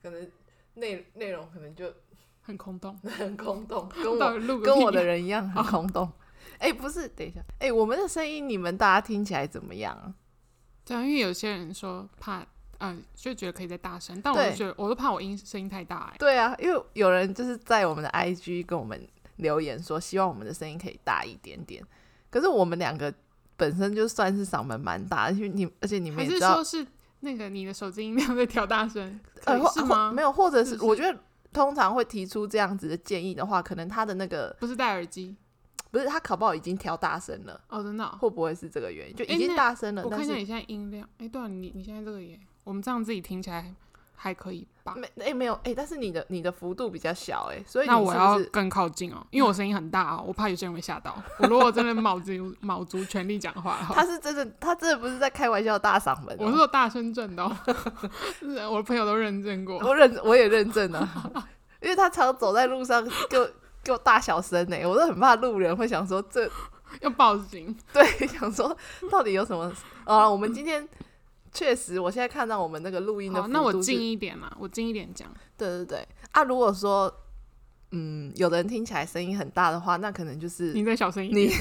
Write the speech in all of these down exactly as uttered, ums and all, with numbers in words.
可能内内容可能就很空洞， 很空洞，跟我到底录个屁跟我的人一样很空洞。哎、欸，不是，等一下，哎、欸，我们的声音你们大家听起来怎么样啊？ 对啊，因为有些人说怕，呃，就觉得可以再大声，但我就觉得我都怕我音声音太大、欸。 对啊，因为有人就是在我们的 I G 跟我们留言说，希望我们的声音可以大一点点。可是我们两个本身就算是嗓门蛮大，因为你而且你们也知道， 还是说是那个你的手机音量在调大声， 呃， 是吗？ 没有，或者是是是我觉得通常会提出这样子的建议的话，可能他的那个不是戴耳机。 不是，他搞不好已经调大声了哦，真的、哦、 会不会是这个原因？就已经大声了。 我看一下你现在音量，哎，对啊，你你现在这个也，我们这样自己听起来还可以吧？ 没，哎，没有，哎，但是你的你的幅度比较小，哎，所以你那我要是不是更靠近哦，因为我声音很大哦，我怕有些人会吓到。我如果真的卯足卯足全力讲话的话， 他是真的，他真的不是在开玩笑的大嗓门、哦， 我是有大声震的、哦，我的朋友都认证过， 我认我也认证了，因为他常走在路上给我。给我大小声呢、欸，我都很怕路人会想说这要报警。 对，想说到底有什么？啊，我们今天确实，我现在看到我们那个录音的幅度是， 那我近一点嘛，我近一点讲。 对对对啊，如果说嗯，有的人听起来声音很大的话，那可能就是你再小声一点，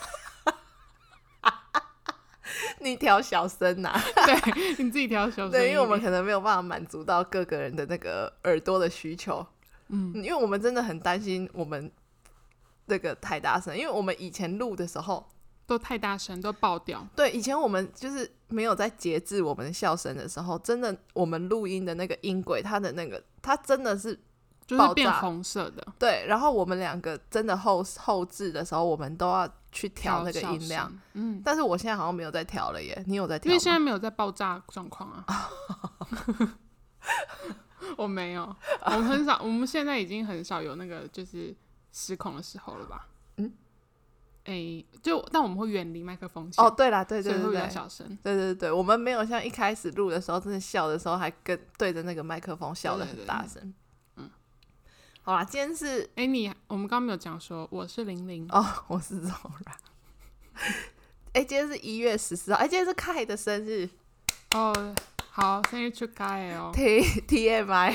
你你调小声呐、啊， 对，你自己调小声。 对，因为我们可能没有办法满足到各个人的那个耳朵的需求。 嗯， 因为我们真的很担心我们那个太大声，因为我们以前录的时候都太大声，都爆掉。 对，以前我们就是没有在节制我们的笑声的时候，真的我们录音的那个音轨，它的那个它真的是就是变红色的。 对，然后我们两个真的后后置的时候，我们都要去调那个音量。 嗯， 但是我现在好像没有在调了耶，你有在调吗？ 因为现在没有在爆炸状况啊。我没有，我们很少，我们现在已经很少有那个就是失控的时候了吧？嗯，哎、欸，就但我们会远离麦克风线。 哦，对啦，对对对对， 所以会比较小声。 对对对，我们没有像一开始录的时候，真的笑的时候还跟对着那个麦克风笑得很大声。嗯，好啦，今天是哎、欸，你我们刚刚没有讲说我是玲玲哦，我是 Zora。哎、欸，今天是一月十四号，哎、欸，今天是凯的生日哦。好，生日축하해요。 T T M I，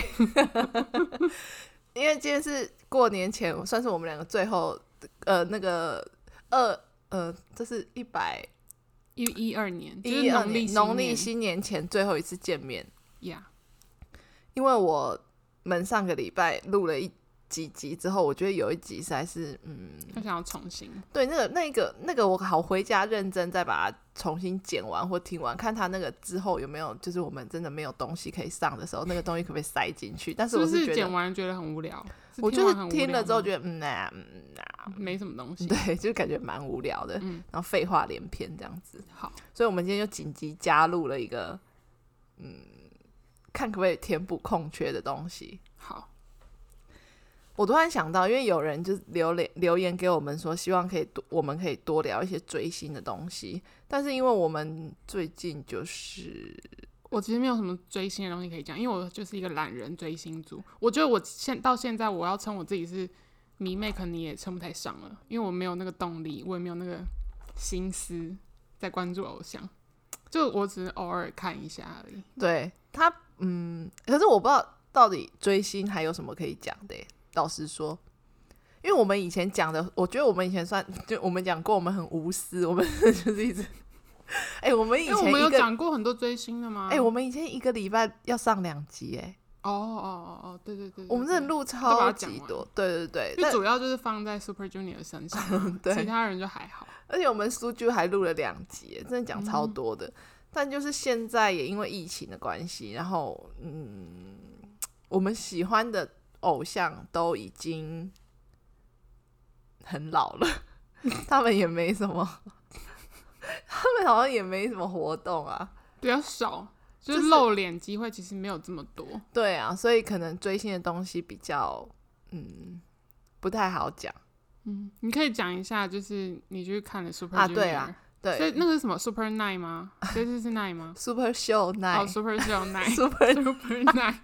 因为今天是过年前，算是我们两个最后呃那个二呃，这是一百一一二年， 一二年农历新年前最后一次见面。 呀、 yeah. 因为我们上个礼拜录了一几集之后，我觉得有一集实在是嗯， 他想要重新对那个那个那个我好回家认真再把它重新剪完或听完，看他那个之后有没有就是我们真的没有东西可以上的时候，那个东西可不可以塞进去？但是我是觉得是不是剪完觉得很无聊， 我就是听了之后觉得嗯呐嗯呐没什么东西， 对，就感觉蛮无聊的，嗯，然后废话连篇这样子。 好， 所以我们今天就紧急加入了一个嗯，看可不可以填补空缺的东西。 好。 我突然想到，因为有人就是留留言给我们说，希望可以多我们可以多聊一些追星的东西，但是因为我们最近就是我其实没有什么追星的东西可以讲，因为我就是一个懒人追星族。我觉得我现到现在我要称我自己是迷妹，可能也称不太上了，因为我没有那个动力，我也没有那个心思在关注偶像，就我只是偶尔看一下而已。 对他，嗯，可是我不知道到底追星还有什么可以讲的耶。老实说，因为我们以前讲的，我觉得我们以前算就我们讲过，我们很无私，我们就是一直，哎、欸，我们以前一个、欸、 我们有讲过很多追星的吗？ 哎、欸，我们以前一个礼拜要上两集，哎， 哦哦哦哦，对对 对, 對， 我们真的录超级多，对对对， 就主要就是放在 Super Junior 身上、啊，对，其他人就还好。 而且我们苏剧还录了两集，真的讲超多的、嗯，但就是现在也因为疫情的关系，然后嗯，我们喜欢的偶像都已经很老了，他们也没什么，他们好像也没什么活动啊， 比较少，就是露脸机会其实没有这么多。 对啊，所以可能追星的东西比较嗯不太好讲。 嗯，你可以讲一下，就是你去看了 Super Junior 啊，对啊，对， 所以那个是什么 Super Nine 吗？这次是 Nine 吗 ？Super Show Nine， 哦 ，Super Show Nine，Super Super Nine。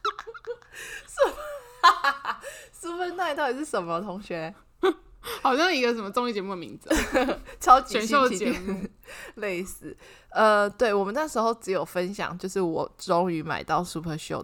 Super Nine 到底是什么？同学， 好像一个什么综艺节目的名字、哦， 超级选秀节目类似。呃，对，我们那时候只有分享，就是我终于买到 Super Show 的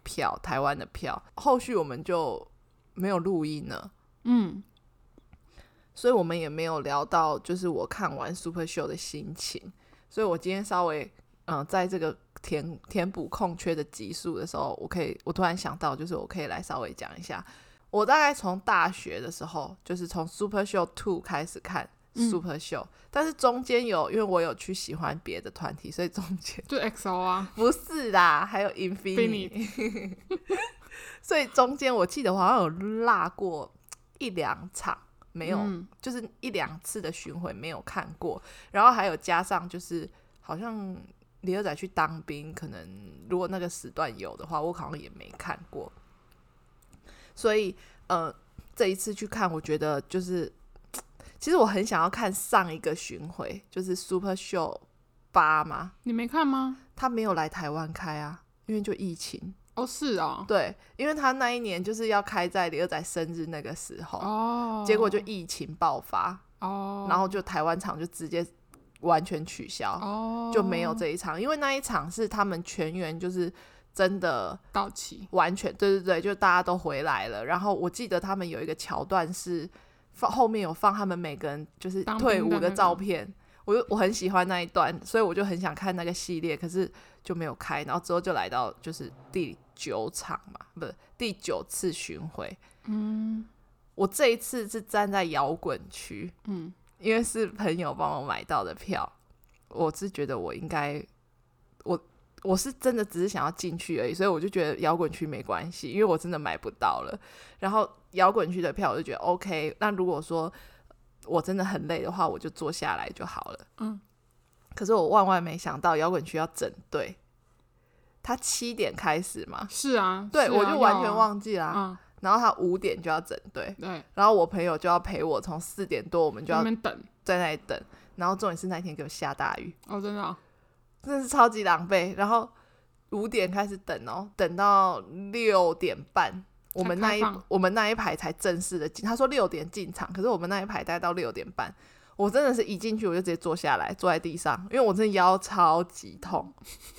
票，台湾的票。后续我们就没有录音了，嗯，所以我们也没有聊到就是我看完 Super Show 的心情。所以我今天稍微嗯、呃，在这个填填补空缺的集数的时候，我可以我突然想到，就是我可以来稍微讲一下。我大概从大学的时候，就是从 Super Show 二开始看 Super Show，嗯，但是中间有，因为我有去喜欢别的团体，所以中间就 X O 啊， 不是啦，还有 Infinity， 所以中间我记得我好像有落过一两场，没有，嗯，就是一两次的巡回没有看过，然后还有加上就是好像李二仔去当兵，可能如果那个时段有的话，我好像也没看过。所以呃，这一次去看，我觉得就是其实我很想要看上一个巡回，就是 Super Show 八嘛。 你没看吗？ 他没有来台湾开啊，因为就疫情。 哦，是哦， 对，因为他那一年就是要开在李二仔生日那个时候，哦，结果就疫情爆发，哦，然后就台湾场就直接完全取消，哦，就没有这一场，因为那一场是他们全员就是真的到齐， 完全对对对，就大家都回来了。然后我记得他们有一个桥段是放后面有放他们每个人就是退伍的照片，那個，我我很喜欢那一段，所以我就很想看那个系列，可是就没有开。然后之后就来到就是第九场嘛，不是第九次巡回。嗯，我这一次是站在摇滚区，嗯，因为是朋友帮我买到的票，我是觉得我应该我。我是真的只是想要进去而已，所以我就觉得摇滚区没关系，因为我真的买不到了。然后摇滚区的票我就觉得 OK， 那如果说我真的很累的话，我就坐下来就好了。嗯，可是我万万没想到摇滚区要整队，他七点开始嘛， 是啊， 对， 是啊， 我就完全忘记啦、 啊嗯。 然后他五点就要整队， 对， 然后我朋友就要陪我从四点多，我们就要在那边等， 在那里等。然后重点是那天给我下大雨， 哦，真的、哦。 真的是超级狼狈，然后五点开始等哦，等到六点半，我们那一我们那一排才正式的进。他说六点进场，可是我们那一排待到六点半，我真的是一进去我就直接坐下来，坐在地上，因为我真的腰超级痛。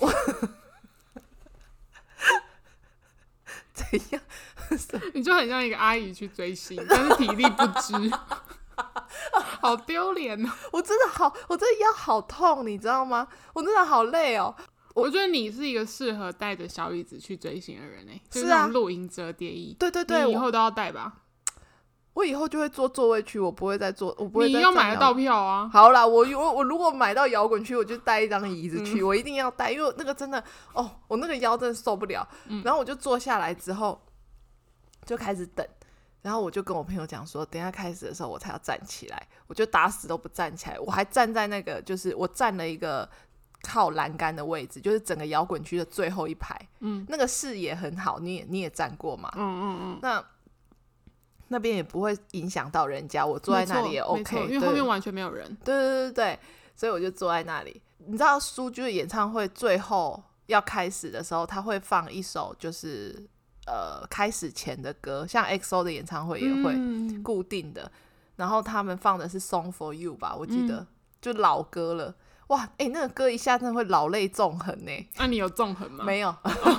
怎样？ 你就很像一个阿姨去追星，但是体力不支。好丢脸哦！ 我真的好，我真的腰好痛，你知道吗？我真的好累哦。 我, 我觉得你是一个适合带着小椅子去追星的人诶、欸，就是那种露营折叠椅。 对对对， 你以后都要带吧。 我以后就会坐座位区，我不会再坐，我不会再。 你要买得到票啊！ 好啦，我我我如果买到摇滚区，我就带一张椅子去、嗯，我一定要带，因为那个真的哦，我那个腰真的受不了。嗯、然后我就坐下来之后，就开始等。然后我就跟我朋友讲说，等一下开始的时候我才要站起来，我就打死都不站起来，我还站在那个就是我站了一个靠栏杆的位置，就是整个摇滚区的最后一排，嗯，那个视野很好，你也你也站过嘛，嗯嗯嗯，那那边也不会影响到人家，我坐在那里也 OK， 因为后面完全没有人， 对对对对，所以我就坐在那里。你知道苏居的演唱会最后要开始的时候，他会放一首就是呃，开始前的歌，像 X O 的演唱會也會固定的、嗯、然後他們放的是 Song for You 吧，我記得、嗯、就老歌了。哇，哎、欸，那個歌一下真的會老淚縱橫呢。 那、啊、你有縱橫嗎？ 沒有。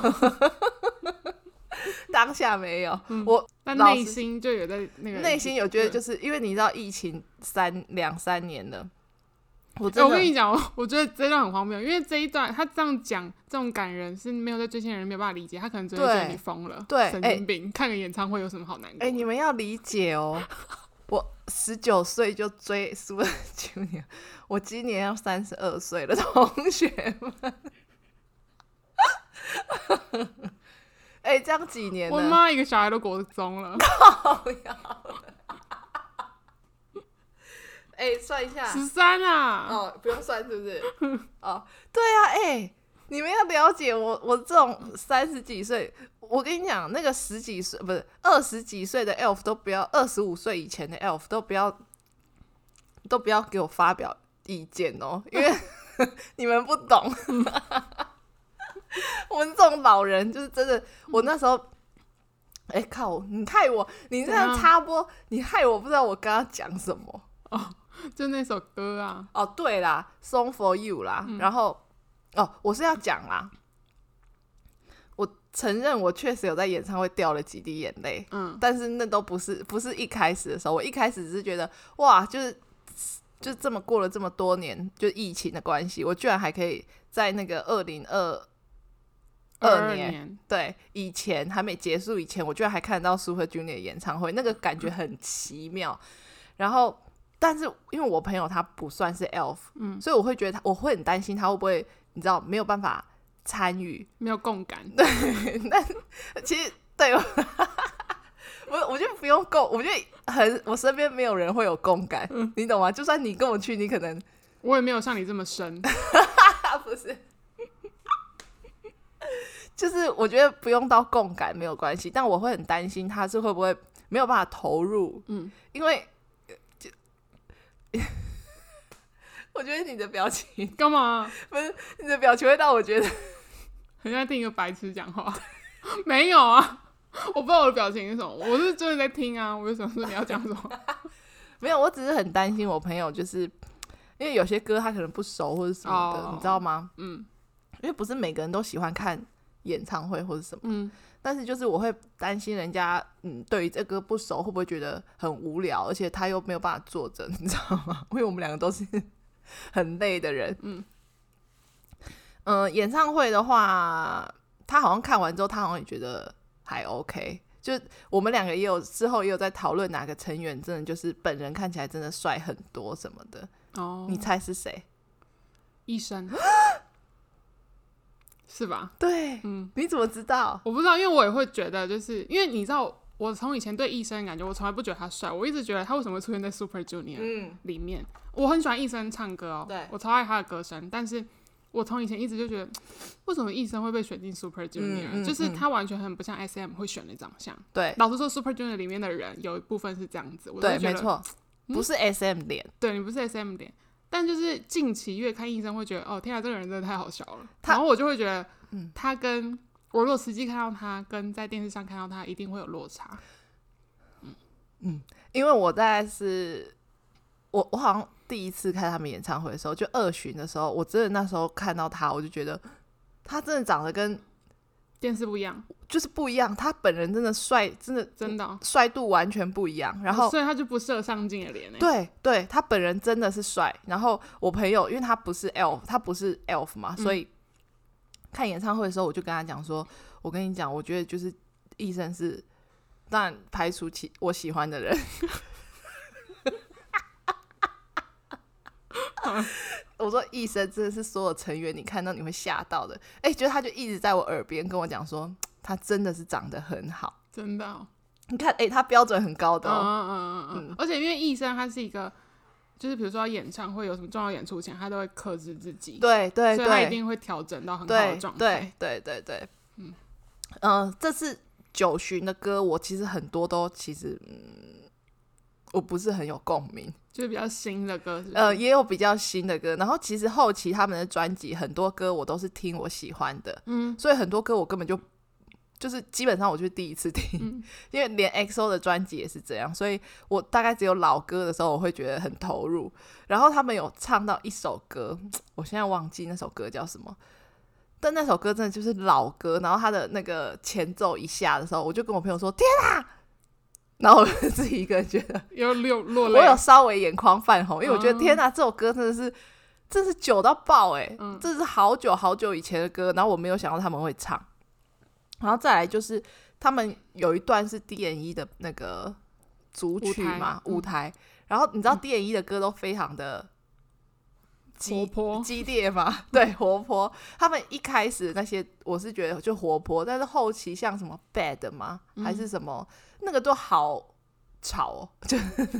當下沒有、嗯、我但內心就有在那個內心有覺得就是因為你知道疫情三兩三年了，我, 欸、我跟你講，我覺得這一段很荒謬，因為這一段他這樣講這種感人是沒有在追星的人沒有辦法理解，他可能只會覺得你瘋了，對，神經病、欸、看個演唱會有什麼好難過？ 哎、欸，你們要理解哦，我十九歲就追 Super Junior， 我今年要三十二歲了，同學們。哎、欸，這樣幾年了？ 我媽一個小孩都國中了。 靠腰了。哎、欸，算一下， 十三啊！ 哦，不用算是不是？哦，对啊，哎、欸，你们要了解我，我这种三十几岁，我跟你讲，那个十几岁不是二十几岁的 elf 都不要，二十五岁以前的 elf 都不要，都不要给我发表意见哦，因为你们不懂。我们这种老人就是真的，我那时候。哎、欸、靠！你害我，你这样插播，你害我不知道我刚刚讲什么哦，就那首歌啊。 哦，对啦 ，Song for You 啦，嗯、然后哦，我是要讲啦，我承认我确实有在演唱会掉了几滴眼泪，嗯，但是那都不是不是一开始的时候，我一开始只是觉得哇，就是就这么过了这么多年，就疫情的关系，我居然还可以在那个二零二二年对以前还没结束以前，我居然还看得到 Super Junior 的演唱会，那个感觉很奇妙。然后，但是因为我朋友他不算是 Elf，嗯，所以我会觉得他我会很担心他会不会你知道没有办法参与， 没有共感。 对，但其实对我我觉得不用共，我觉得很我身边没有人会有共感，嗯、你懂吗？就算你跟我去，你可能我也没有像你这么深， 不是。就是我觉得不用到共感没有关系，但我会很担心他是会不会没有办法投入，嗯，因为就我觉得你的表情干嘛？ 不是你的表情会让我觉得很像听一个白痴讲话，没有啊，我不知道我的表情是什么，我是真的在听啊，我就想说你要讲什么， 没有，我只是很担心我朋友，就是因为有些歌他可能不熟或者什么的， oh, 你知道吗？嗯，因为不是每个人都喜欢看演唱会或者什么，嗯，但是就是我会担心人家，嗯，对于这歌不熟，会不会觉得很无聊，而且他又没有办法坐着，你知道吗？因为我们两个都是很累的人，嗯，嗯、呃，演唱会的话，他好像看完之后，他好像也觉得还 OK， 就我们两个也有之后也有在讨论哪个成员真的就是本人看起来真的帅很多什么的，哦，你猜是谁？ 医生。是吧？ 对，嗯，你怎么知道？ 我不知道，因为我也会觉得，就是因为你知道，我从以前对医生的感觉，我从来不觉得他帅，我一直觉得他为什么会出现在 Super Junior 里面？嗯、我很喜欢医生唱歌哦，对，我超爱他的歌声，但是我从以前一直就觉得，为什么医生会被选进 Super Junior？、嗯嗯、就是他完全很不像 S M 会选的长相。对，老实说 ，Super Junior 里面的人有一部分是这样子，我就觉得对，没错，不是 S M 脸、嗯， 对你不是 S M 脸。但就是近期越看医生会觉得，哦天啊，这个人真的太好笑了。然后我就会觉得，嗯，他跟我如果实际看到他，跟在电视上看到他，一定会有落差。 嗯嗯，因为我大概是我我好像第一次看他们演唱会的时候，就二巡的时候，我真的那时候看到他，我就觉得他真的长得跟电视不一样， 就是不一样。他本人真的帅，真的真的帅度完全不一样。然后， 所以他就不适合上镜的脸、欸。 对对，他本人真的是帅。然后我朋友，因为他不是 Elf， 他不是 Elf 嘛，嗯、所以看演唱会的时候，我就跟他讲说：“我跟你讲，我觉得就是医生是，当然排除其我喜欢的人。”我说医生真的是所有成员你看到你会吓到的，哎、欸，觉得他就一直在我耳边跟我讲说，他真的是长得很好， 真的、哦。 你看，哎、欸，他标准很高的、哦， 嗯嗯嗯嗯嗯。而且因为医生他是一个，就是比如说演唱会有什么重要演出前，他都会克制自己， 对对对， 所以他一定会调整到很好的状态。 对对对对，嗯嗯、呃，这次九巡的歌，我其实很多都其实嗯，我不是很有共鸣。 就是比较新的歌是不是， 呃，也有比较新的歌，然后其实后期他们的专辑很多歌我都是听我喜欢的，嗯，所以很多歌我根本就就是基本上我就是第一次听，嗯、因为连 X O 的专辑也是这样，所以我大概只有老歌的时候我会觉得很投入，然后他们有唱到一首歌，我现在忘记那首歌叫什么，但那首歌真的就是老歌，然后他的那个前奏一下的时候，我就跟我朋友说：“天啊！”然后我自己一个人觉得有落泪， 我有稍微眼眶泛红，因为我觉得、嗯、天哪，这首歌真的是真是久到爆哎、欸嗯！这是好久好久以前的歌，然后我没有想到他们会唱。然后再来就是他们有一段是 D N E 的那个主曲嘛，舞台，舞台嗯、然后你知道 D N E 的歌都非常的活泼激烈嘛，对，活泼。他们一开始那些我是觉得就活泼，但是后期像什么 Bad 吗、嗯、还是什么那个都好吵哦，就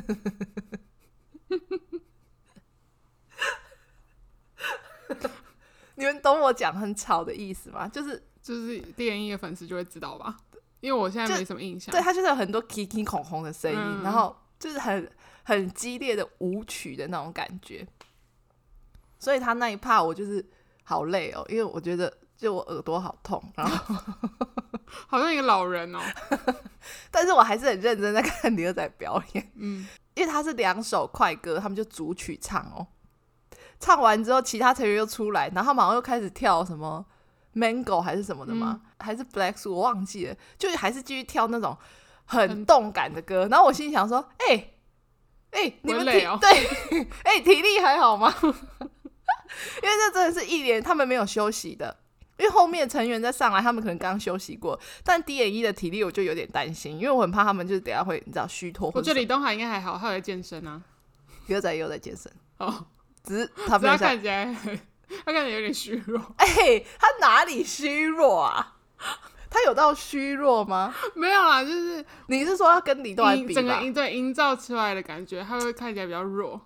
你们懂我讲很吵的意思吗？就是就是 D N E 的粉丝就会知道吧，因为我现在没什么印象。 对，他就是有很多 kiki 孔孔的声音、嗯、然后就是很很激烈的舞曲的那种感觉，所以他那一 part 我就是好累哦，因为我觉得就我耳朵好痛，然后好像一个老人哦但是我还是很认真在看李二仔表演，嗯，因为他是两首快歌，他们就主曲唱哦，唱完之后其他成员又出来，然后他们好像又开始跳什么 Mango 还是什么的吗、嗯、还是 Black Suit 我忘记了，就还是继续跳那种很动感的歌，然后我心里想说哎哎、欸欸、你们体、哦、对哎、欸、体力还好吗因为这真的是一连他们没有休息的，因为后面成员再上来他们可能刚休息过，但 D N E 的体力我就有点担心，因为我很怕他们就是等一下会你知道虚脱。 我觉得李东海应该还好，他有在健身啊， 有在有在健身哦， 只是他没有， 他看起来他看起来有点虚弱。 哎、欸，他哪里虚弱啊？他有到虚弱吗？ 没有啦，就是你是说要跟李东海比吧？ 整个营对营造出来的感觉，他会看起来比较弱。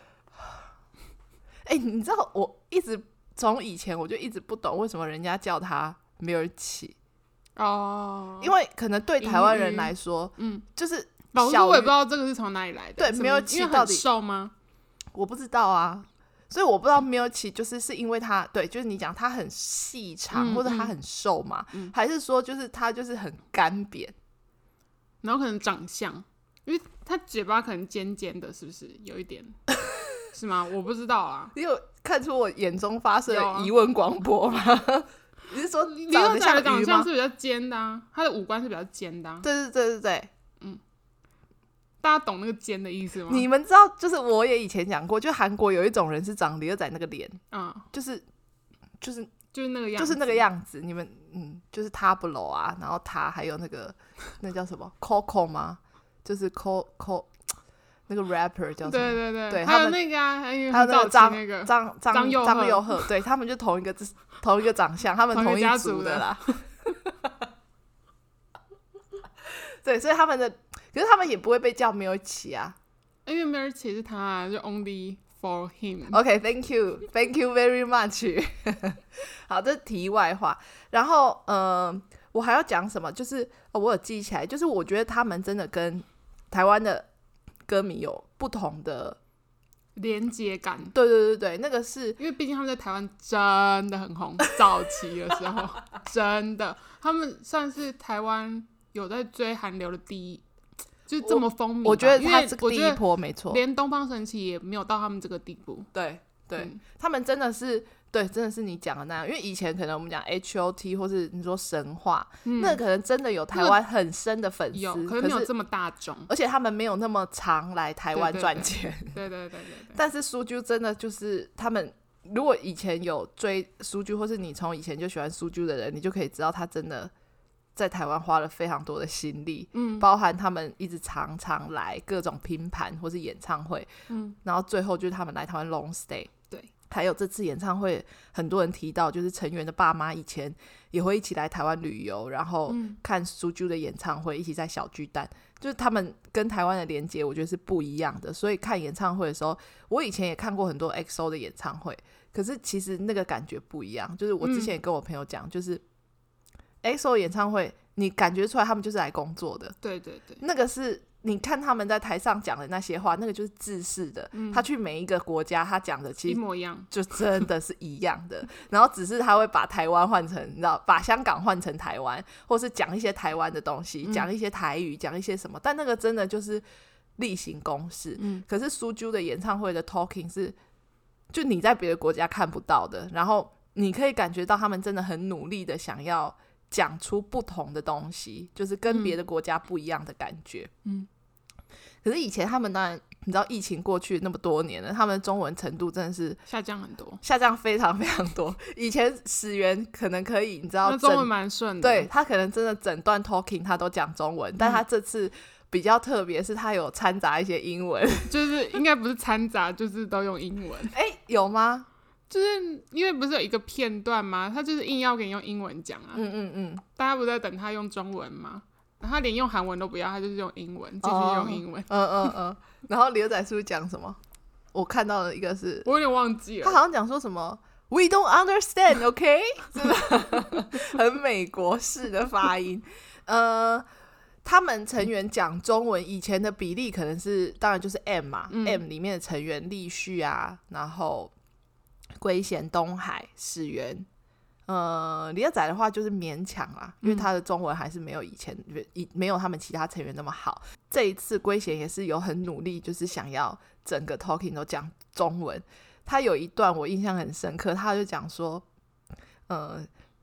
哎、欸，你知道我一直从以前我就一直不懂为什么人家叫他米尔奇哦， 因为可能对台湾人来说，嗯，就是老实说我也不知道这个是从哪里来的。 对，米尔奇到底瘦吗？ 我不知道啊。所以我不知道 Milky 就是是因为他对，就是你讲他很细长、嗯、或者他很瘦嘛、嗯、还是说就是他就是很干瘪， 然后可能长相，因为他嘴巴可能尖尖的，是不是有一点是吗？我不知道啊。 你有看出我眼中发射的疑问广播吗？啊、你是说长得像鱼吗？ 的长相是比较尖的啊，他的五官是比较尖的、啊、 对对对对对， 嗯。大家懂那个尖的意思吗？ 你们知道，就是我也以前讲过，就韩国有一种人是长李尔仔那个脸，嗯，就是就是就是那个样子， 就是那个样子。你们嗯，就是 Tablo 啊，然后他还有那个那叫什么 Coco 吗？就是 Coco 那个 rapper 叫什么？ 对对对， 对， 还有那个啊，还有那个张那个张张张佑赫，对他们就同一个同一个长相，他们同一组的啦。对，所以他们的。可是他们也不会被叫 Milky 啊， 因为 Milky 是他、啊，就 only for him。OK，thank、okay, you，thank you very much 。好，这是题外话。然后，呃，我还要讲什么？就是、哦、我有记起来，就是我觉得他们真的跟台湾的歌迷有不同的连接感。 对对对对，那个是因为毕竟他们在台湾真的很红，早期的时候真的，他们算是台湾有在追韩流的第一。就是这么风靡， 我觉得他是第一波没错， 连东方神起也没有到他们这个地步。 对对、嗯，他们真的是对，真的是你讲的那样。因为以前可能我们讲 H O T 或是你说神话，嗯、那可能真的有台湾很深的粉丝、 那個，可是没有这么大众， 而且他们没有那么常来台湾赚钱。 对对对 对, 對, 對, 對。 但是苏啾真的就是他们，如果以前有追苏啾，或是你从以前就喜欢苏啾的人，你就可以知道他真的。在台湾花了非常多的心力、嗯、包含他们一直常常来各种拼盘或是演唱会、嗯、然后最后就是他们来台湾 long stay。 对， 还有这次演唱会很多人提到，就是成员的爸妈以前也会一起来台湾旅游，然后看苏啾的演唱会，一起在小巨蛋，就是他们跟台湾的连结我觉得是不一样的。所以看演唱会的时候，我以前也看过很多 X O 的演唱会，可是其实那个感觉不一样。就是我之前也跟我朋友讲、嗯、就是 X O 演唱会你感觉出来他们就是来工作的。 对对对， 那个是你看他们在台上讲的那些话，那个就是制式的、嗯、他去每一个国家他讲的其实一模一样， 就真的是一样的然后只是他会把台湾换成你知道，把香港换成台湾，或是讲一些台湾的东西，讲、嗯、一些台语，讲一些什么，但那个真的就是例行公事、嗯、可是苏啾的演唱会的 talking 是就你在别的国家看不到的，然后你可以感觉到他们真的很努力的想要讲出不同的东西，就是跟别的国家不一样的感觉。嗯，可是以前他们当然你知道疫情过去那么多年了，他们的中文程度真的是下降很多， 下降非常非常多。以前始源可能可以你知道中文蛮顺的， 对，他可能真的整段 talking 他都讲中文、嗯、但他这次比较特别是他有掺杂一些英文就是应该不是掺杂就是都用英文。 哎、欸，有吗？ 就是因为不是有一个片段吗？他就是硬要给你用英文讲啊，嗯嗯嗯，大家不在等他用中文吗？他连用韩文都不要，他就是用英文，继续用英文。 嗯嗯嗯。然后刘仔是不是讲什么？我看到的一个是， 我有点忘记了。 他好像讲说什么 "We don't understand, OK"， 真的很美国式的发音。呃，他们成员讲中文以前的比例可能是，当然就是 M 嘛、嗯、，M 里面的成员立旭啊，然后。圭贤、东海、始源，呃，李尔仔的话就是勉强啦，因为他的中文还是没有以前、嗯、没有他们其他成员那么好。这一次圭贤也是有很努力，就是想要整个 talking 都讲中文。他有一段我印象很深刻，他就讲说，呃，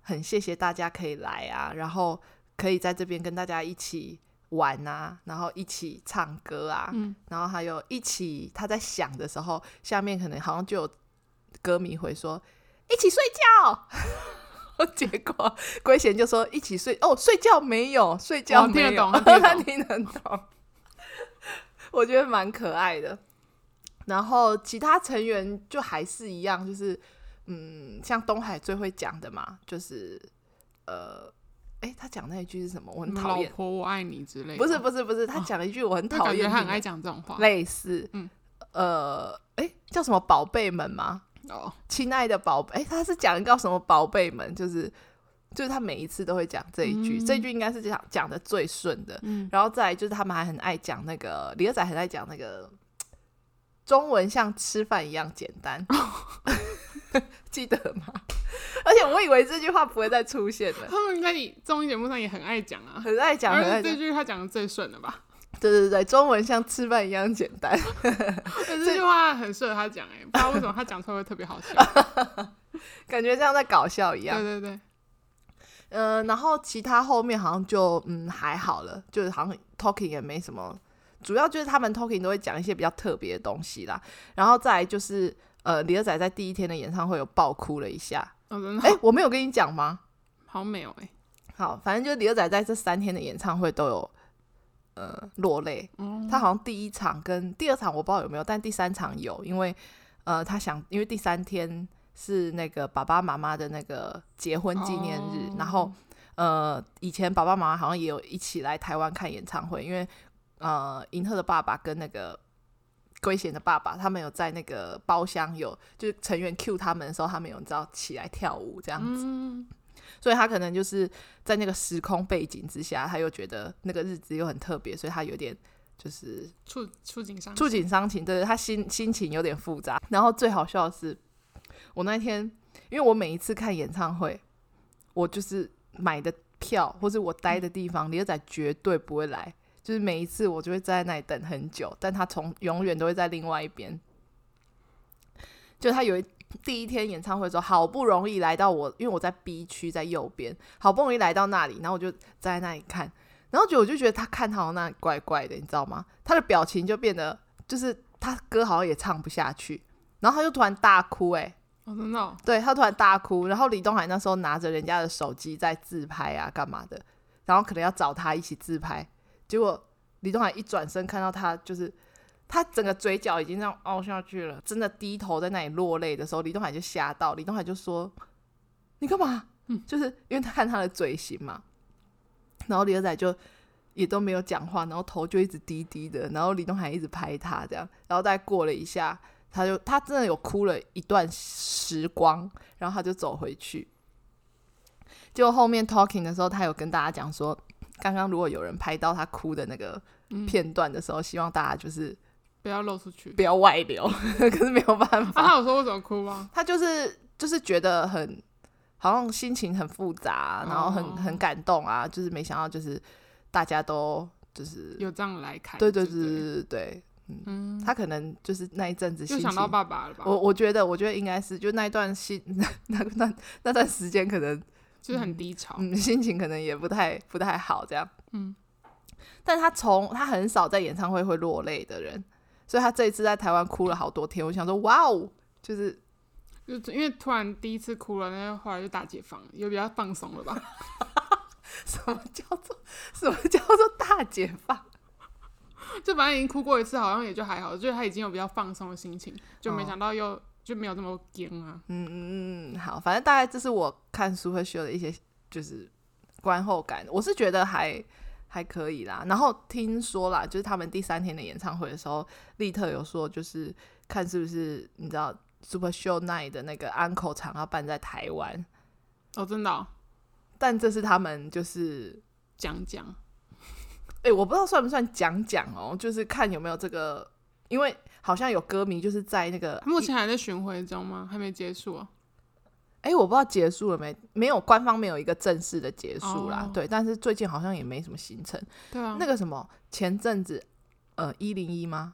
很谢谢大家可以来啊，然后可以在这边跟大家一起玩啊，然后一起唱歌啊、嗯、然后还有一起他在响的时候下面可能好像就有歌迷会说一起睡觉结果圭贤就说一起睡哦，睡觉没有，睡觉没有、哦、他听得懂我觉得蛮可爱的。然后其他成员就还是一样，就是嗯，像东海最会讲的嘛，就是呃哎，他讲那一句是什么？我很讨厌， 老婆我爱你之类的。 不是不是不是，他讲了一句我很讨厌、哦，感觉他很爱讲这种话， 类似，嗯，呃，哎，叫什么宝贝们吗？哦，亲爱的宝贝，哎，他是讲一个什么宝贝们？就是就是他每一次都会讲这一句，嗯、这一句应该是讲讲的最顺的、嗯。然后再来就是他们还很爱讲那个李二仔很爱讲那个中文像吃饭一样简单，记得吗？而且我以为这句话不会再出现了。 他们在综艺节目上也很爱讲啊， 很爱讲，很爱讲。 这句他讲的最顺了吧？ 对对对，中文像吃饭一样简单。 这句话很适合他讲哎、欸，不知道为什么他讲出来会特别好笑， 感觉像在搞笑一样。 对对对。 呃，然后其他后面好像就嗯还好了，就是好像 talking 也没什么，主要就是他们 talking 都会讲一些比较特别的东西啦。然后再来就是呃，李二仔在第一天的演唱会有爆哭了一下。 哦，真的？ 哎，我没有跟你讲吗？ 好美哦，哎。 好，反正就是李二仔在这三天的演唱会都有呃落泪、嗯。他好像第一场跟第二场我不知道有没有，但第三场有，因为呃他想，因为第三天是那个爸爸妈妈的那个结婚纪念日，哦、然后呃以前爸爸妈妈好像也有一起来台湾看演唱会，因为呃银赫的爸爸跟那个圭贤的爸爸他们有在那个包厢有就是成员 cue 他们的时候，他们有你知道起来跳舞这样子、嗯、所以他可能就是在那个时空背景之下，他又觉得那个日子又很特别，所以他有点就是触触景伤情触景伤情，对，他心心情有点复杂。然后最好笑的是我那天因为我每一次看演唱会我就是买的票或是我待的地方、嗯、李二仔绝对不会来，就是每一次我就会站在那里等很久，但他从永远都会在另外一边。就他有一第一天演唱会的时候，好不容易来到我，因为我在 B 区在右边，好不容易来到那里，然后我就站在那里看，然后就我就觉得他看他好像那里怪怪的，你知道吗？他的表情就变得就是他歌好像也唱不下去，然后他就突然大哭、欸，哎。 哦，真的、哦？ 对，他突然大哭，然后李东海那时候拿着人家的手机在自拍啊干嘛的，然后可能要找他一起自拍，结果李东海一转身看到他，就是他整个嘴角已经这样凹下去了，真的低头在那里落泪的时候，李东海就吓到，李东海就说你干嘛、嗯、就是因为他看他的嘴型嘛，然后李二仔就也都没有讲话，然后头就一直低低的，然后李东海一直拍他这样，然后大概过了一下，他就他真的有哭了一段时光，然后他就走回去。结果后面 talking 的时候，他有跟大家讲说，刚刚如果有人拍到他哭的那个片段的时候、嗯、希望大家就是不要露出去， 不要外流可是没有办法、 啊、他有说为什么哭吗？ 他就是就是觉得很好像心情很复杂，然后很、哦、很感动啊，就是没想到就是大家都就是有这样来看， 对对对对对对。嗯，他可能就是那一阵子心情， 就想到爸爸了吧？ 我我觉得，我觉得应该是，就那一段心，那那那段时间可能就是很低潮， 嗯，心情可能也不太不太好这样。嗯，但他从他很少在演唱会会落泪的人，所以他这一次在台湾哭了好多天。我想说，哇哦，就是就因为突然第一次哭了，那后来就大解放，有比较放松了吧？ 什么叫做什么叫做大解放？ 就反正已经哭过一次，好像也就还好，就是他已经有比较放松的心情，就没想到又、哦、就没有这么僵啊。嗯嗯嗯，好，反正大概这是我看 Super Show 的一些就是观后感，我是觉得还还可以啦。然后听说啦，就是他们第三天的演唱会的时候，利特有说就是看是不是你知道 Super Show Night 的那个 Uncle 场要办在台湾。 哦，真的、哦？ 但这是他们就是讲讲。 欸、我不知道算不算讲讲哦，就是看有没有这个，因为好像有歌迷就是在那个目前还在巡回中吗？还没结束啊？ 哎、欸，我不知道结束了没，没有官方没有一个正式的结束啦。Oh. 对，但是最近好像也没什么行程。 对啊， 那个什么前阵子呃一零一吗？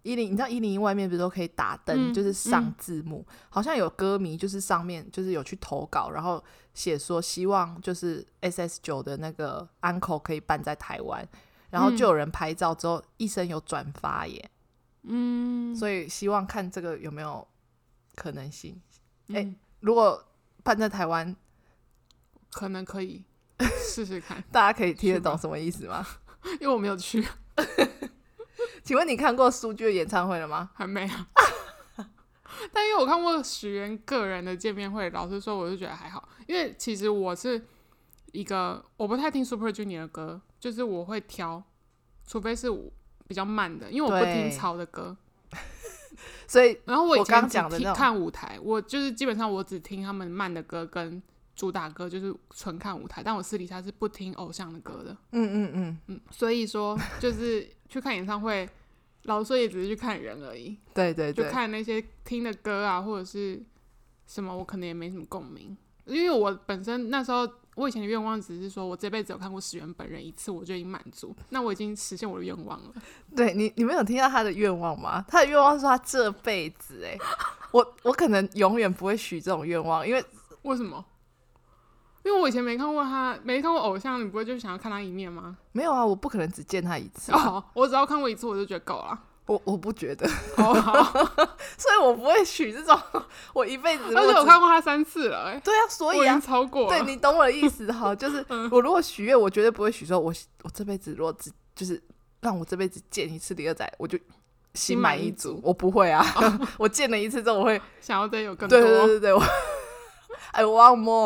一零，你知道一零一外面不是都可以打灯、嗯、就是上字幕、嗯、好像有歌迷就是上面就是有去投稿，然后写说希望就是 S S 九 的那个 Uncle 可以办在台湾，然后就有人拍照之后医生有转发耶，嗯，所以希望看这个有没有可能性。哎、嗯欸，如果办在台湾可能可以试试看大家可以听得懂什么意思吗？ 因为我没有去请问你看过苏剧的演唱会了吗？ 还没有但因为我看过许源个人的见面会，老实说我就觉得还好，因为其实我是一个我不太听 Super Junior 的歌，就是我会挑，除非是比较慢的，因为我不听潮的歌所以然后我以前只听看舞台，我就是基本上我只听他们慢的歌跟主打歌，就是纯看舞台，但我私底下是不听偶像的歌的。嗯嗯嗯嗯，所以说就是去看演唱会，老实说也只是去看人而已。 对对对， 就看那些听的歌啊，或者是什么，我可能也没什么共鸣。因为我本身那时候，我以前的愿望只是说我这辈子有看过始源本人一次，我就已经满足。那我已经实现我的愿望了。 对你，你们有听到他的愿望吗？他的愿望是说他这辈子、欸，哎，我我可能永远不会许这种愿望，因为为什么？因为我以前没看过他，没看过偶像，你不会就想要看他一面吗？ 没有啊，我不可能只见他一次、啊。 哦，我只要看过一次我就觉得够了。 我我不觉得，哦、所以我不会许这种我一辈子。 而且我看过他三次了、欸， 对啊，所以啊， 我已经超过了。 对，你懂我的意思哈，就是我如果许愿，我绝对不会许说我我这辈子如果只就是让我这辈子见一次李二仔，我就心满意足。我不会啊，哦、我见了一次之后，我会想要再有更多。 对对对对，我 I want more 。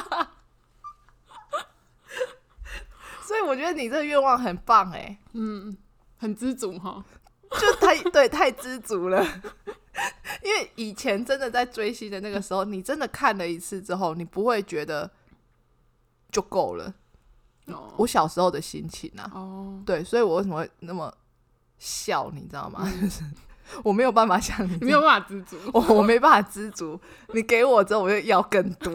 所以我觉得你这个愿望很棒哎、欸， 嗯，很知足哈。 就太对太知足了因为以前真的在追星的那个时候，你真的看了一次之后你不会觉得就够了、哦、我小时候的心情啊、哦、对，所以我为什么会那么笑你知道吗、嗯、我没有办法像你， 你没有办法知足我, 我没办法知足，你给我之后我就要更多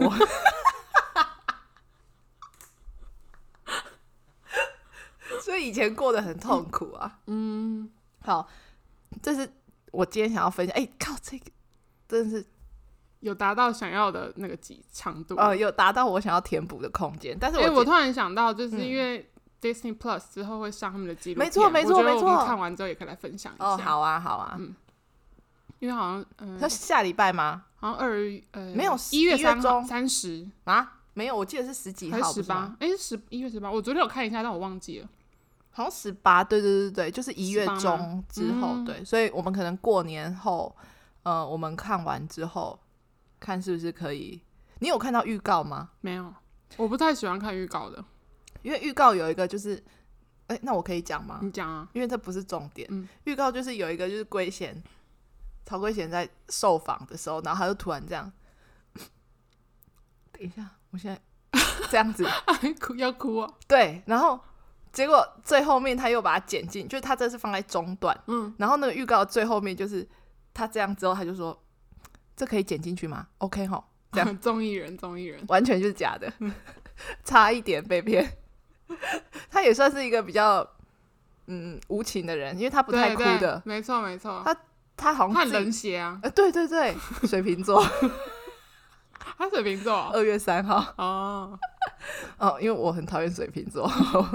所以以前过得很痛苦啊。嗯，好，这是我今天想要分享。哎、欸，靠，这个真的是有达到想要的那个几长度， 呃，有达到我想要填补的空间。但是我、 欸、我突然想到，就是因为 Disney Plus 之后会上他们的纪录片， 没错没错没错， 我们看完之后也可以来分享一下。 哦，好啊好啊，嗯， 因为好像嗯， 他下礼拜吗？ 好像二呃没有一月三中三十啊，没有，我记得是十几号， 还是十八？哎，十一月十八，我昨天有看一下，但我忘记了。 好像十八，对对对对，就是一月中之后、嗯，对，所以我们可能过年后，呃，我们看完之后，看是不是可以。你有看到预告吗？ 没有，我不太喜欢看预告的， 因为预告有一个就是，哎、欸，那我可以讲吗？ 你讲啊， 因为这不是重点。嗯、预告就是有一个就是龟贤，曹龟贤在受访的时候，然后他就突然这样，等一下，我现在这样子， 哭要哭啊， 对，然后。结果最后面他又把它剪进，就是他这是放在中段，嗯，然后那个预告最后面就是他这样之后他就说这可以剪进去吗 OK 齁，这样综艺人综艺人完全就是假的差一点被骗他也算是一个比较嗯无情的人，因为他不太哭的， 对对没错没错， 他他好像他很冷血啊、 呃、对对对水瓶座他水瓶座二月三号哦哦，因为我很讨厌水瓶座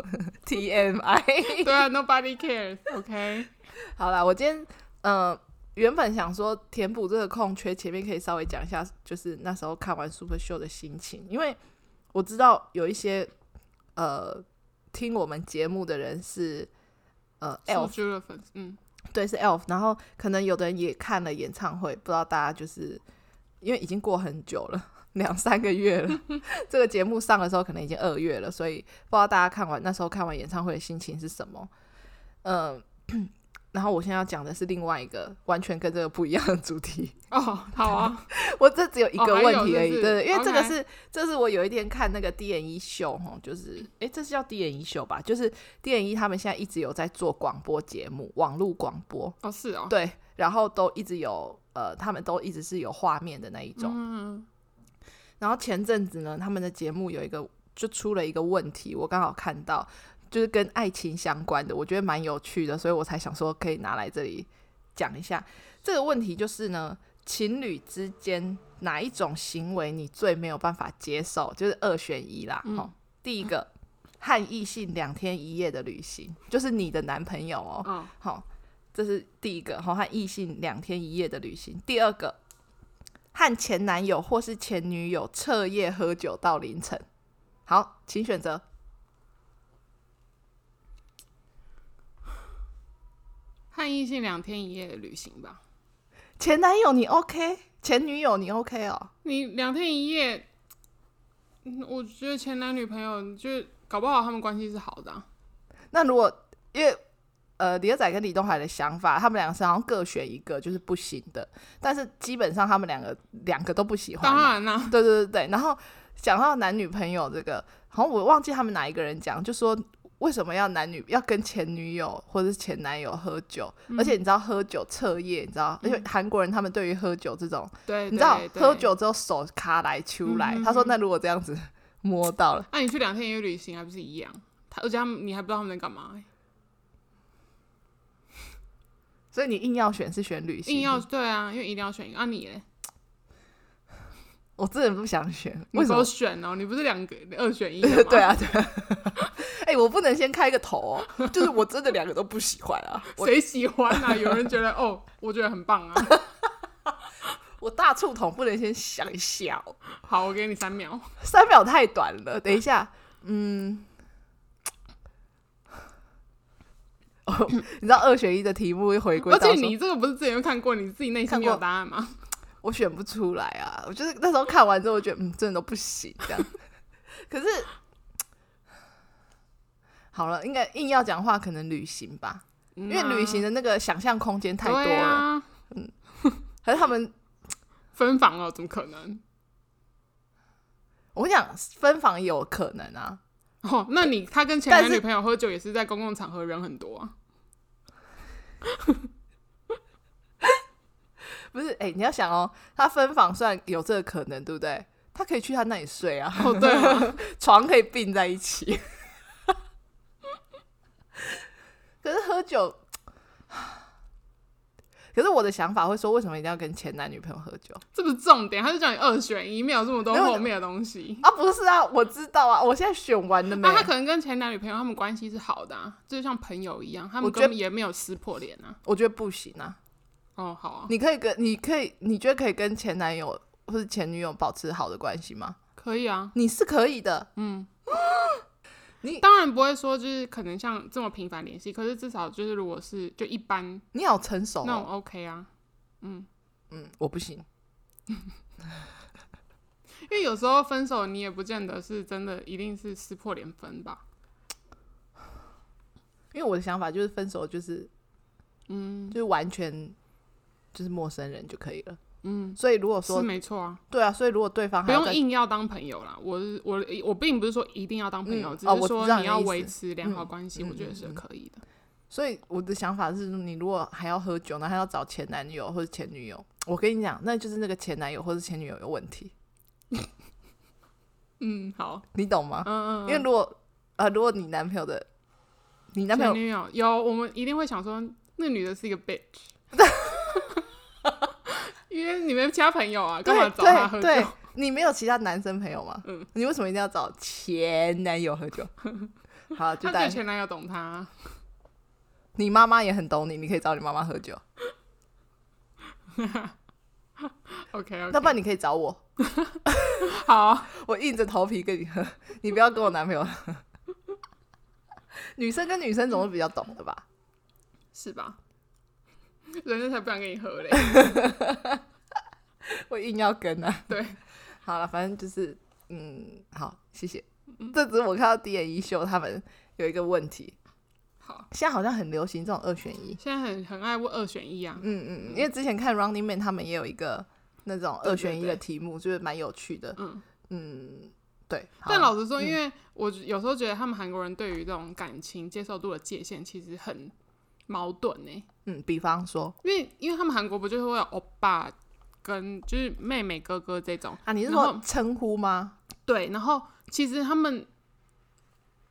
T M I 对啊 Nobody cares OK 好啦，我今天呃原本想说填补这个空缺，前面可以稍微讲一下就是那时候看完 Super Show 的心情，因为我知道有一些呃听我们节目的人是呃 Elf 的粉丝，嗯， 对，是 Elf， 然后可能有的人也看了演唱会，不知道大家就是因为已经过很久了两三个月了这个节目上的时候可能已经二月了，所以不知道大家看完那时候看完演唱会的心情是什么。嗯、呃，然后我现在要讲的是另外一个完全跟这个不一样的主题哦，好啊我这只有一个问题而已、哦、对，因为这个是、okay. 这是我有一天看那个 D N E 秀，就是诶这是叫 D N E 秀吧，就是 D N E 他们现在一直有在做广播节目，网络广播哦，是哦， 对，然后都一直有呃他们都一直是有画面的那一种，嗯，然后前阵子呢他们的节目有一个就出了一个问题，我刚好看到就是跟爱情相关的，我觉得蛮有趣的，所以我才想说可以拿来这里讲一下这个问题，就是呢，情侣之间哪一种行为你最没有办法接受？就是二选一啦。嗯、第一个，和异性两天一夜的旅行，就是你的男朋友哦。嗯，好，这是第一个，和异性两天一夜的旅行。第二个，和前男友或是前女友彻夜喝酒到凌晨。好，请选择。 和异性两天一夜的旅行吧。 前男友你 OK， 前女友你 OK 哦？ 你两天一夜，我觉得前男女朋友就搞不好他们关系是好的、啊。 那如果因为呃李尔仔跟李东海的想法，他们两个是好像各选一个就是不行的，但是基本上他们两个两个都不喜欢。 当然啦、啊， 对对对对。然后讲到男女朋友这个，好像我忘记他们哪一个人讲，就说。为什么要男女要跟前女友或者是前男友喝酒、嗯、而且你知道喝酒彻夜你知道、嗯、而且韩国人他们对于喝酒这种对你知道喝酒之后手卡来出来、嗯、他说那如果这样子摸到了那、啊、你去两天一夜旅行还不是一样他而且他们你还不知道他们在干嘛、欸、 所以你硬要选是选旅行硬要对啊因为一定要选一个啊你咧我真的不想选你都选哦你不是两个二选一的吗对啊对啊哎、欸，我不能先开个头哦，就是我真的两个都不喜欢啊。 谁喜欢啊？有人觉得哦，我觉得很棒啊。 我大醋桶不能先想一下、哦。 好，我给你三秒。 三秒太短了，等一下，嗯，哦、你知道二选一的题目会回归到， 而且你这个不是之前就看过，你自己内心没有答案吗？ 我选不出来啊，我就是那时候看完之后，我觉得嗯，真的都不行这样。可是。好了，应该硬要讲话，可能旅行吧、嗯啊，因为旅行的那个想象空间太多了。啊、嗯，可是他们分房哦，怎么可能？ 我跟你讲，分房也有可能啊。 哦，那你他跟前男女朋友喝酒也是在公共场合，人很多啊。 不是，哎、欸，你要想哦，他分房虽然有这个可能，对不对？他可以去他那里睡啊。 哦，对啊， 床可以并在一起。可是喝酒，可是我的想法会说，为什么一定要跟前男女朋友喝酒？ 这不是重点，他就叫你二选一，没有这么多后面的东西啊！不是啊，我知道啊，我现在选完了没？ 啊，他可能跟前男女朋友他们关系是好的啊，就像朋友一样，他们根本也没有撕破脸啊。 我觉得不行啊。 哦，好啊， 你可以跟你可以，你觉得可以跟前男友或是前女友保持好的关系吗？ 可以啊， 你是可以的， 嗯。你当然不会说就是可能像这么频繁联系，可是至少就是如果是就一般， 你好成熟、哦， 那种 OK 啊，嗯嗯，我不行， 因为有时候分手你也不见得是真的一定是撕破脸分吧， 因为我的想法就是分手就是嗯，就是完全就是陌生人就可以了。嗯，所以如果说是没错啊， 对啊，所以如果对方还不用硬要当朋友啦，我我我并不是说一定要当朋友，嗯、只是说你要维持良好关系、嗯，我觉得是可以的、嗯嗯嗯。 所以我的想法是，你如果还要喝酒，那还要找前男友或者前女友，我跟你讲，那就是那个前男友或者前女友有问题。 嗯，好， 你懂吗？ 嗯嗯, 嗯， 因为如果呃，如果你男朋友的你男朋友前女友有，我们一定会想说，那女的是一个 bitch。因为你没其他朋友啊，干嘛找他喝酒？ 对对，你没有其他男生朋友吗？嗯，你为什么一定要找前男友喝酒？好，就他前男友懂他， 你妈妈也很懂你，你可以找你妈妈喝酒。 OK OK， 那不然你可以找我。 好、啊， 我硬着头皮跟你喝，你不要跟我男朋友喝。女生跟女生总是比较懂的吧？ 是吧？人家才不想跟你喝嘞。 我硬要跟啊。 对， 好了，反正就是嗯，好，谢谢。嗯、这只是我看到 D N E 秀他们有一个问题。 好， 现在好像很流行这种二选一。 现在很很爱问二选一啊。 嗯嗯，因为之前看 Running Man 他们也有一个那种二选一的题目，就是蛮有趣的。嗯嗯，对。 但老实说，因为我有时候觉得他们韩国人对于这种感情接受度的界限其实很矛盾呢、欸。 嗯，比方说， 因为因为他们韩国不就是会有欧巴跟就是妹妹哥哥这种啊？你是说称呼吗？ 对，然后其实他们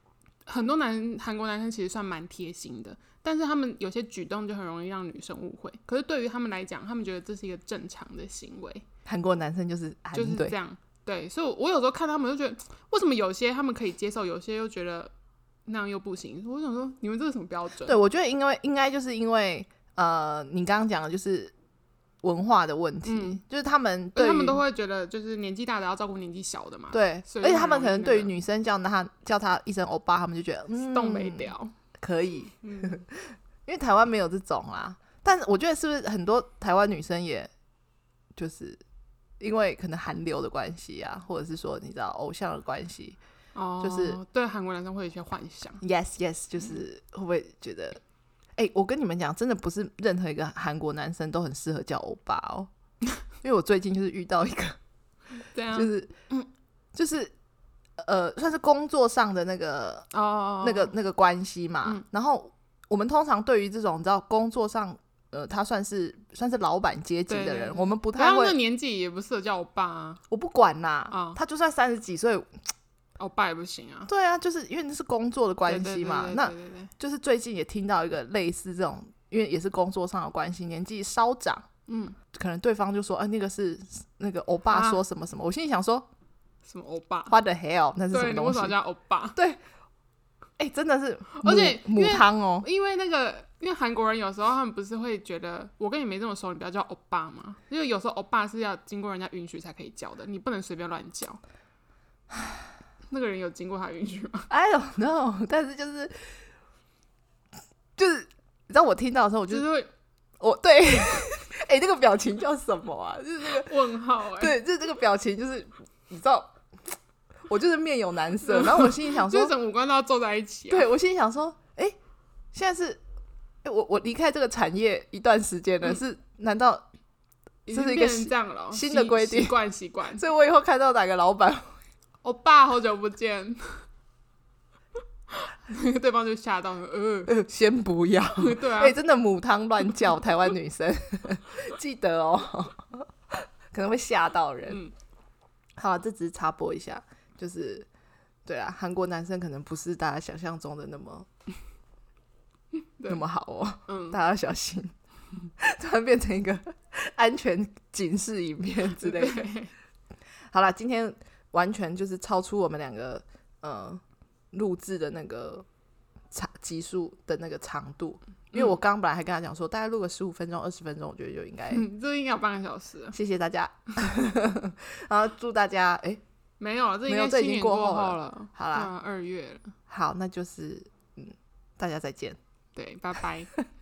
很多男韩国男生其实算蛮贴心的，但是他们有些举动就很容易让女生误会。可是对于他们来讲，他们觉得这是一个正常的行为。 韩国男生就是韩就是这样，对，所以我有时候看他们就觉得，为什么有些他们可以接受，有些又觉得那样又不行？我想说，你们这是什么标准？ 对，我觉得因为应该就是因为呃，你刚刚讲的就是文化的问题，嗯、就是他们对他们都会觉得，就是年纪大的要照顾年纪小的嘛。 对，而且他们可能对于女生叫他叫他一声欧巴，他们就觉得嗯， 东北屌可以，嗯、因为台湾没有这种啦。但我觉得是不是很多台湾女生也就是因为可能韩流的关系啊，或者是说你知道偶像的关系， 哦， 就是对韩国男生会有一些幻想。 Yes, yes， 就是会不会觉得？哎、欸，我跟你们讲，真的不是任何一个韩国男生都很适合叫欧巴哦，因为我最近就是遇到一个，就是、嗯、就是呃，算是工作上的那个哦，那个那个关系嘛、嗯。然后我们通常对于这种你知道工作上，呃，他算是算是老板阶级的人，對對對，我们不太会。 他那年纪也不适合叫欧巴啊， 我不管啦、哦，他就算三十几岁。 欧巴也不行啊。 对啊，就是因为那是工作的关系嘛。 对对对对对对， 那就是最近也听到一个类似这种，因为也是工作上的关系，年纪稍长，嗯，可能对方就说，哎、啊，那个是那个欧巴说什么什么，啊、我心里想说， 什么欧巴 ？What the hell？ 那是什么东西？ 对，你为什么叫欧巴？ 对，哎、欸，真的是， 而且母汤哦， 因为那个，因为韩国人有时候他们不是会觉得，我跟你没这么熟，你不要叫欧巴嘛，因为有时候欧巴是要经过人家允许才可以叫的，你不能随便乱叫。那个人有经过他允许吗 ？I don't know， 但是就是就是你知道我听到的时候，我就、 就是会我对，哎、欸，那个表情叫什么啊？就是那个问号、欸， 对，就是这个表情，就是你知道，我就是面有难色，然后我心里想说， 就是整五官都要皱在一起、啊。 对，我心里想说，哎、欸，现在是，欸、我我离开这个产业一段时间了，嗯、是难道这是一个这样了新的规定？ 习惯习惯， 所以我以后看到哪个老板。 欧巴，好久不见，对方就吓到，呃， 呃，先不要， 对啊， 哎、欸，真的母汤乱叫，台湾女生记得哦，可能会吓到人。嗯，好，这只是插播一下，就是对啊，韩国男生可能不是大家想象中的那么那么好哦，嗯，大家要小心，突然变成一个安全警示影片之类的。好啦，今天。完全就是超出我们两个呃录制的那个长集数的那个长度，因为我刚本来还跟他讲说，大概录个十五分钟、二十分钟，我觉得就应该， 嗯，这应该有半个小时。 谢谢大家，然后祝大家，哎、欸， 没有了，这应该这已经过后了， 了好啦， 二月了， 好，那就是嗯，大家再见， 对，拜拜。